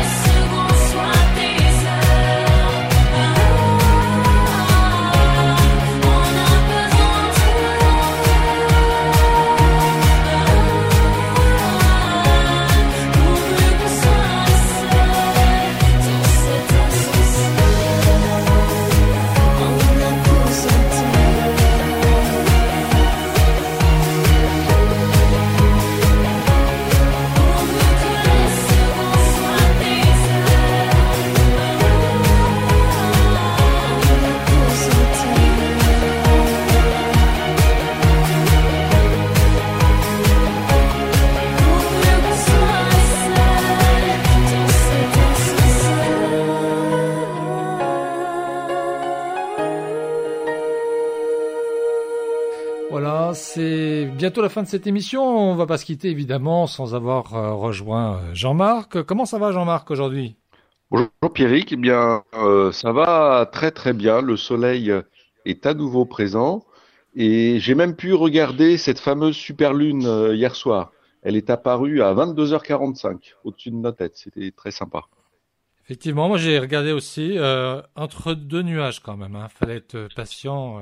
bientôt la fin de cette émission. On va pas se quitter évidemment sans avoir euh, rejoint Jean-Marc. Comment ça va Jean-Marc aujourd'hui? Bonjour Pierrick, eh bien euh, ça va très très bien, le soleil est à nouveau présent et j'ai même pu regarder cette fameuse superlune euh, hier soir. Elle est apparue à vingt-deux heures quarante-cinq au-dessus de nos têtes, c'était très sympa. Effectivement, moi j'ai regardé aussi euh, entre deux nuages quand même, hein. Fallait être patient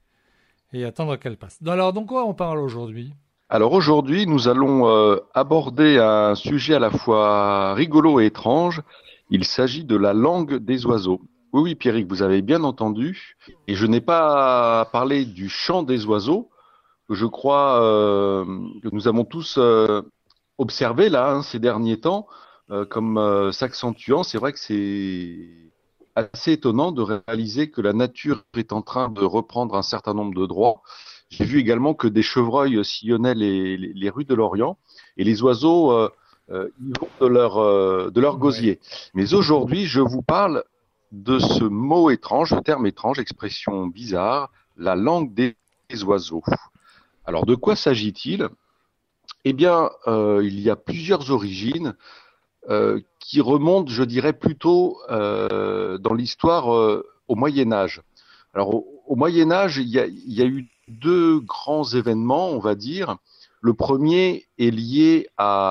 et, et attendre qu'elle passe. Alors donc quoi on parle aujourd'hui? Alors aujourd'hui nous allons euh, aborder un sujet à la fois rigolo et étrange. Il s'agit de la langue des oiseaux. Oui, oui, Pierrick, vous avez bien entendu. Et je n'ai pas parlé du chant des oiseaux, que je crois euh, que nous avons tous euh, observé là, hein, ces derniers temps, euh, comme euh, s'accentuant. C'est vrai que c'est assez étonnant de réaliser que la nature est en train de reprendre un certain nombre de droits. J'ai vu également que des chevreuils sillonnaient les, les, les rues de l'Orient et les oiseaux... Euh, Euh, ils vont de leur, euh, de leur gosier. Mais aujourd'hui, je vous parle de ce mot étrange, ce terme étrange, expression bizarre, la langue des oiseaux. Alors, de quoi s'agit-il? Eh bien, euh, il y a plusieurs origines euh, qui remontent, je dirais, plutôt euh, dans l'histoire euh, au Moyen-Âge. Alors, au, au Moyen-Âge, il y a, il y a eu deux grands événements, on va dire. Le premier est lié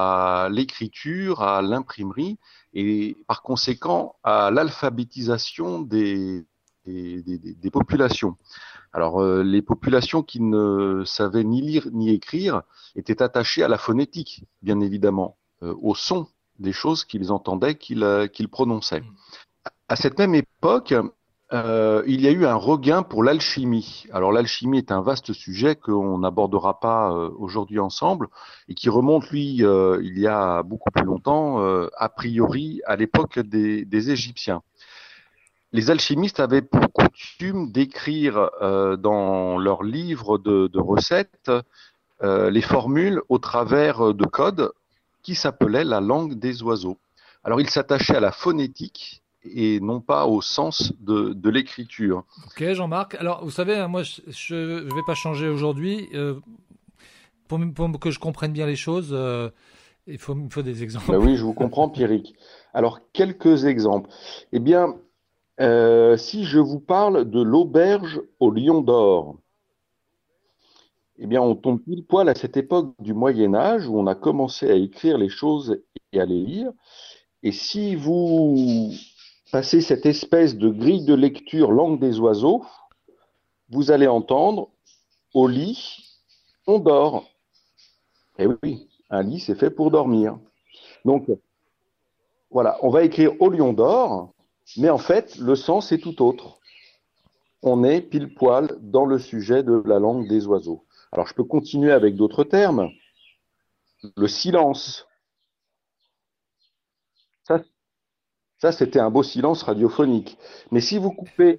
à l'écriture, à l'imprimerie et par conséquent à l'alphabétisation des, des, des, des populations. Alors euh, les populations qui ne savaient ni lire ni écrire étaient attachées à la phonétique, bien évidemment, euh, au son des choses qu'ils entendaient, qu'ils, euh, qu'ils prononçaient. À cette même époque, Euh, il y a eu un regain pour l'alchimie. Alors l'alchimie est un vaste sujet qu'on n'abordera pas euh, aujourd'hui ensemble et qui remonte, lui, euh, il y a beaucoup plus longtemps, euh, a priori à l'époque des, des Égyptiens. Les alchimistes avaient pour coutume d'écrire euh, dans leurs livres de, de recettes euh, les formules au travers de codes qui s'appelaient la langue des oiseaux. Alors ils s'attachaient à la phonétique et non pas au sens de, de l'écriture. Ok, Jean-Marc. Alors, vous savez, hein, moi, je ne vais pas changer aujourd'hui. Euh, pour, pour que je comprenne bien les choses, euh, il, faut, il me faut des exemples. Ben oui, je vous comprends, Pierrick. Alors, quelques exemples. Eh bien, euh, si je vous parle de l'auberge au lion d'or, eh bien, on tombe pile poil à cette époque du Moyen-Âge où on a commencé à écrire les choses et à les lire. Et si vous passez cette espèce de grille de lecture langue des oiseaux, vous allez entendre au lit, on dort. Eh oui, un lit, c'est fait pour dormir. Donc, voilà, on va écrire au lion d'or, mais en fait, le sens est tout autre. On est pile poil dans le sujet de la langue des oiseaux. Alors, je peux continuer avec d'autres termes. Le silence. Ça, Ça, c'était un beau silence radiophonique. Mais si vous coupez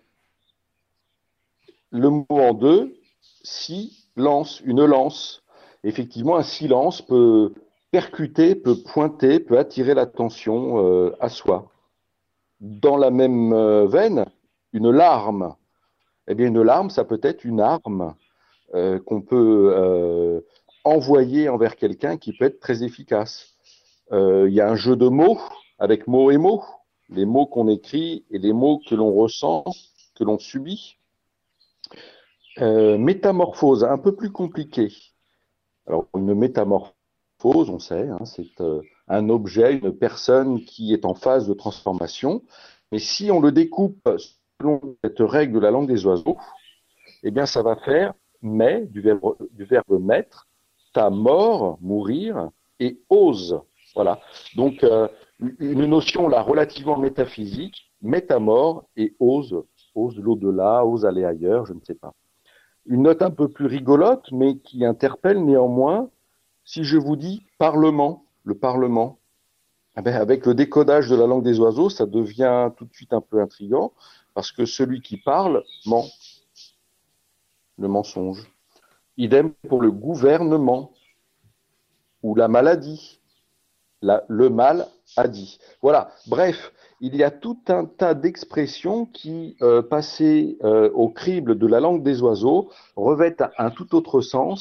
le mot en deux, si, lance, une lance, effectivement, un silence peut percuter, peut pointer, peut attirer l'attention euh, à soi. Dans la même euh, veine, une larme. Eh bien, une larme, ça peut être une arme euh, qu'on peut euh, envoyer envers quelqu'un qui peut être très efficace. Euh, il y a un jeu de mots avec mots et mots. Les mots qu'on écrit et les mots que l'on ressent, que l'on subit. Euh, métamorphose, un peu plus compliqué. Alors, une métamorphose, on sait, hein, c'est euh, un objet, une personne qui est en phase de transformation. Mais si on le découpe selon cette règle de la langue des oiseaux, eh bien, ça va faire mais, du verbe, du verbe mettre, ta mort, mourir, et ose. Voilà. Donc, euh, une notion là relativement métaphysique, métamore et ose, ose l'au-delà, ose aller ailleurs, je ne sais pas. Une note un peu plus rigolote, mais qui interpelle néanmoins, si je vous dis Parlement, le Parlement, eh bien, avec le décodage de la langue des oiseaux, ça devient tout de suite un peu intriguant, parce que celui qui parle ment, le mensonge. Idem pour le gouvernement, ou la maladie. La, le mal a dit. Voilà. Bref, il y a tout un tas d'expressions qui, euh, passées euh, au crible de la langue des oiseaux, revêtent un tout autre sens,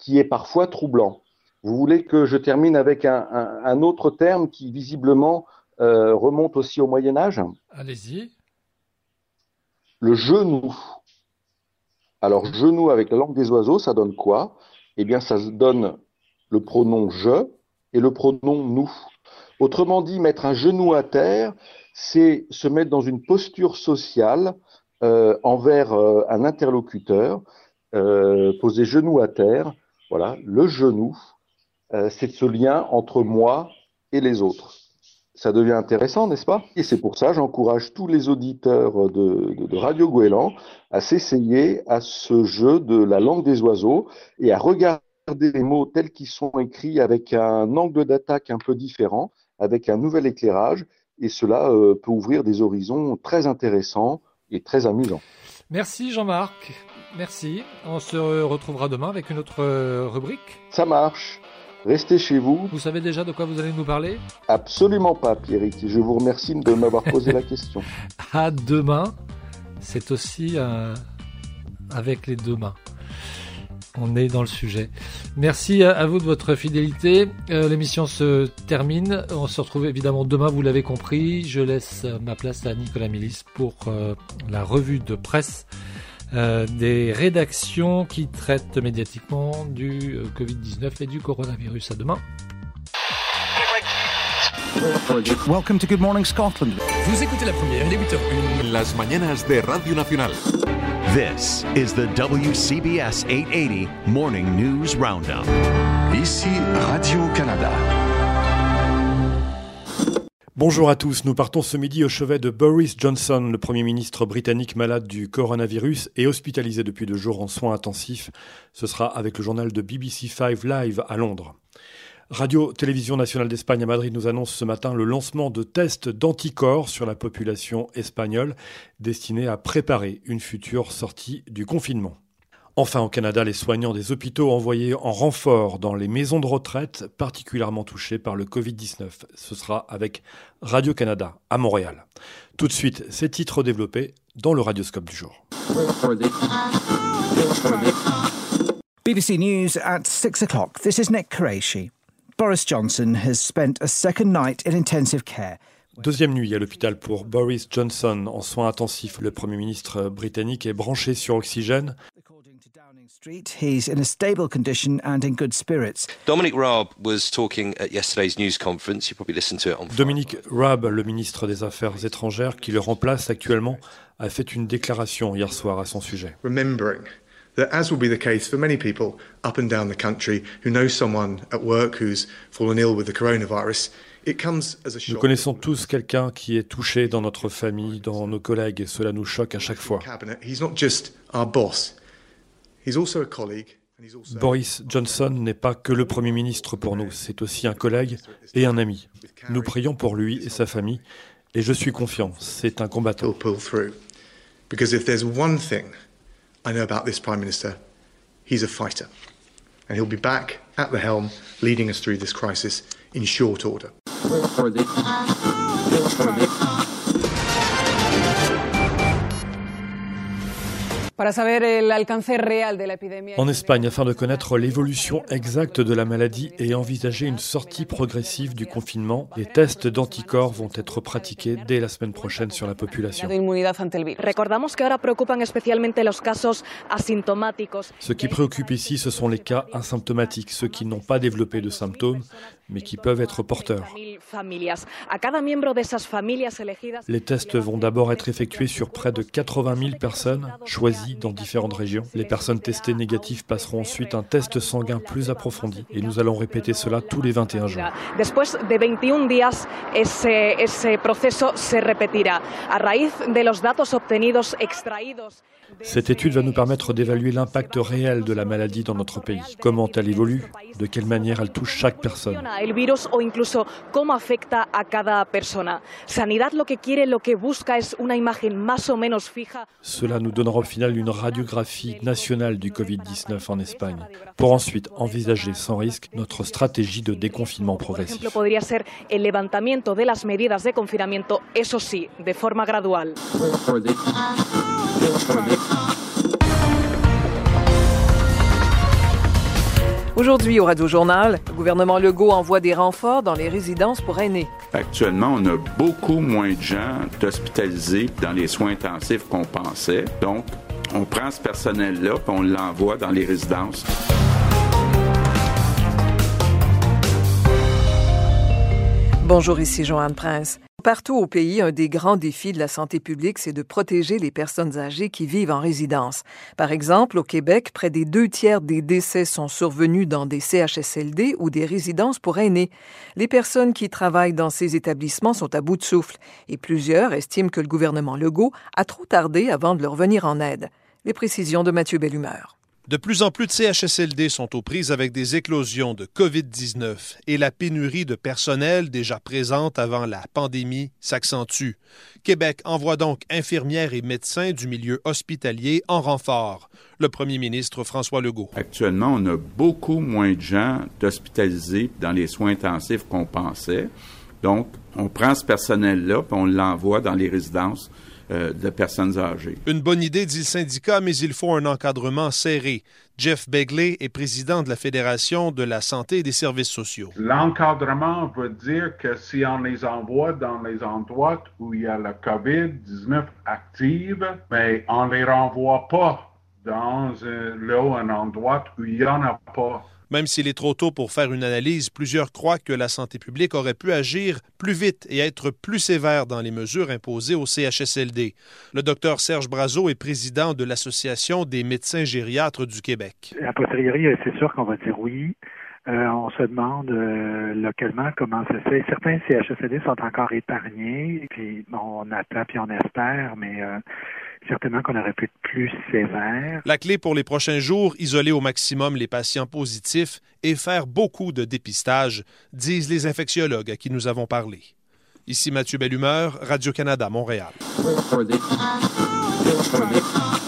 qui est parfois troublant. Vous voulez que je termine avec un, un, un autre terme qui visiblement euh, remonte aussi au Moyen-Âge ? Allez-y. Le genou. Alors, genou avec la langue des oiseaux, ça donne quoi ? Eh bien, ça donne le pronom « je » et le pronom « nous ». Autrement dit, mettre un genou à terre, c'est se mettre dans une posture sociale euh, envers euh, un interlocuteur, euh, poser genou à terre. Voilà, le genou, euh, c'est ce lien entre moi et les autres. Ça devient intéressant, n'est-ce pas ? Et c'est pour ça, j'encourage tous les auditeurs de, de, de Radio Goéland à s'essayer à ce jeu de la langue des oiseaux et à regarder les mots tels qu'ils sont écrits avec un angle d'attaque un peu différent, avec un nouvel éclairage, et cela euh, peut ouvrir des horizons très intéressants et très amusants. Merci Jean-Marc, merci. On se retrouvera demain avec une autre rubrique. Ça marche. Restez chez vous. Vous savez déjà de quoi vous allez nous parler ? Absolument pas, Pierrick. Je vous remercie de m'avoir posé la question. À demain, c'est aussi euh, avec les deux mains. On est dans le sujet. Merci à vous de votre fidélité. Euh, l'émission se termine. On se retrouve évidemment demain, vous l'avez compris. Je laisse ma place à Nicolas Mélis pour euh, la revue de presse euh, des rédactions qui traitent médiatiquement du euh, covid dix-neuf et du coronavirus. À demain. Welcome to Good Morning Scotland. Vous écoutez la première, il est huit heures une. Las mañanas de Radio Nacional. This is the W C B S eight eighty Morning News Roundup. Ici Radio-Canada. Bonjour à tous, nous partons ce midi au chevet de Boris Johnson, le Premier ministre britannique malade du coronavirus et hospitalisé depuis deux jours en soins intensifs. Ce sera avec le journal de B B C cinq Live à Londres. Radio-Télévision nationale d'Espagne à Madrid nous annonce ce matin le lancement de tests d'anticorps sur la population espagnole destinés à préparer une future sortie du confinement. Enfin, au Canada, les soignants des hôpitaux envoyés en renfort dans les maisons de retraite particulièrement touchées par le covid dix-neuf. Ce sera avec Radio-Canada à Montréal. Tout de suite, ces titres développés dans le Radioscope du jour. B B C News at six o'clock. This is Nick Qureshi. Boris Johnson has spent a second night in intensive care. Deuxième nuit à l'hôpital pour Boris Johnson en soins intensifs. Le Premier ministre britannique est branché sur oxygène. He's in a stable condition and in good spirits. Dominic Raab was talking at yesterday's news conference. You probably listened to it on. Dominic Raab, le ministre des Affaires étrangères qui le remplace actuellement, a fait une déclaration hier soir à son sujet. Remembering that, as will be the case for many people up and down the country who know someone at work who's fallen ill with the coronavirus, it comes as a shock. Nous connaissons tous quelqu'un qui est touché dans notre famille, dans nos collègues, et cela nous choque à chaque fois. He's not just our boss. He's also a colleague. Boris Johnson n'est pas que le Premier ministre pour nous, c'est aussi un collègue et un ami. Nous prions pour lui et sa famille, et je suis confiant, c'est un combattant. Because if there's one thing I know about this Prime Minister, he's a fighter. And he'll be back at the helm, leading us through this crisis in short order. En Espagne, afin de connaître l'évolution exacte de la maladie et envisager une sortie progressive du confinement, les tests d'anticorps vont être pratiqués dès la semaine prochaine sur la population. Ce qui préoccupe ici, ce sont les cas asymptomatiques, ceux qui n'ont pas développé de symptômes, mais qui peuvent être porteurs. Les tests vont d'abord être effectués sur près de quatre-vingt mille personnes choisies dans différentes régions. Les personnes testées négatives passeront ensuite un test sanguin plus approfondi et nous allons répéter cela tous les vingt et un jours. Después de veintiún días, ese, ese proceso se repetirá. A raíz de los datos obtenidos extraídos. Cette étude va nous permettre d'évaluer l'impact réel de la maladie dans notre pays. Comment elle évolue, de quelle manière elle touche chaque personne. El virus o incluso cómo afecta a cada persona. Sanidad lo que quiere, lo que busca es una imagen más o menos fija. Cela nous donnera au final une radiographie nationale du covid dix-neuf en Espagne, pour ensuite envisager sans risque notre stratégie de déconfinement progressif. Por ejemplo, podría ser el levantamiento de las medidas de confinamiento, eso sí, de forma gradual. Aujourd'hui, au Radio-Journal, le gouvernement Legault envoie des renforts dans les résidences pour aînés. Actuellement, on a beaucoup moins de gens hospitalisés dans les soins intensifs qu'on pensait. Donc, on prend ce personnel-là et on l'envoie dans les résidences. Bonjour, ici Joanne Prince. Partout au pays, un des grands défis de la santé publique, c'est de protéger les personnes âgées qui vivent en résidence. Par exemple, au Québec, près des deux tiers des décès sont survenus dans des C H S L D ou des résidences pour aînés. Les personnes qui travaillent dans ces établissements sont à bout de souffle et plusieurs estiment que le gouvernement Legault a trop tardé avant de leur venir en aide. Les précisions de Mathieu Bellumeur. De plus en plus de C H S L D sont aux prises avec des éclosions de covid dix-neuf et la pénurie de personnel déjà présente avant la pandémie s'accentue. Québec envoie donc infirmières et médecins du milieu hospitalier en renfort. Le premier ministre François Legault. Actuellement, on a beaucoup moins de gens hospitalisés dans les soins intensifs qu'on pensait. Donc, on prend ce personnel-là et on l'envoie dans les résidences de personnes âgées. Une bonne idée, dit le syndicat, mais il faut un encadrement serré. Jeff Begley est président de la Fédération de la santé et des services sociaux. L'encadrement veut dire que si on les envoie dans les endroits où il y a la covid dix-neuf active, mais on ne les renvoie pas dans un, là, un endroit où il n'y en a pas. Même s'il est trop tôt pour faire une analyse, plusieurs croient que la santé publique aurait pu agir plus vite et être plus sévère dans les mesures imposées au C H S L D. Le docteur Serge Brazeau est président de l'Association des médecins gériatres du Québec. A posteriori, c'est sûr qu'on va dire oui. Euh, on se demande euh, localement comment ça se fait. Certains C H S L D sont encore épargnés, puis bon, on attend puis on espère, mais euh, certainement qu'on aurait pu être plus sévère. La clé pour les prochains jours, isoler au maximum les patients positifs et faire beaucoup de dépistage, disent les infectiologues à qui nous avons parlé. Ici Mathieu Bellumeur, Radio-Canada, Montréal.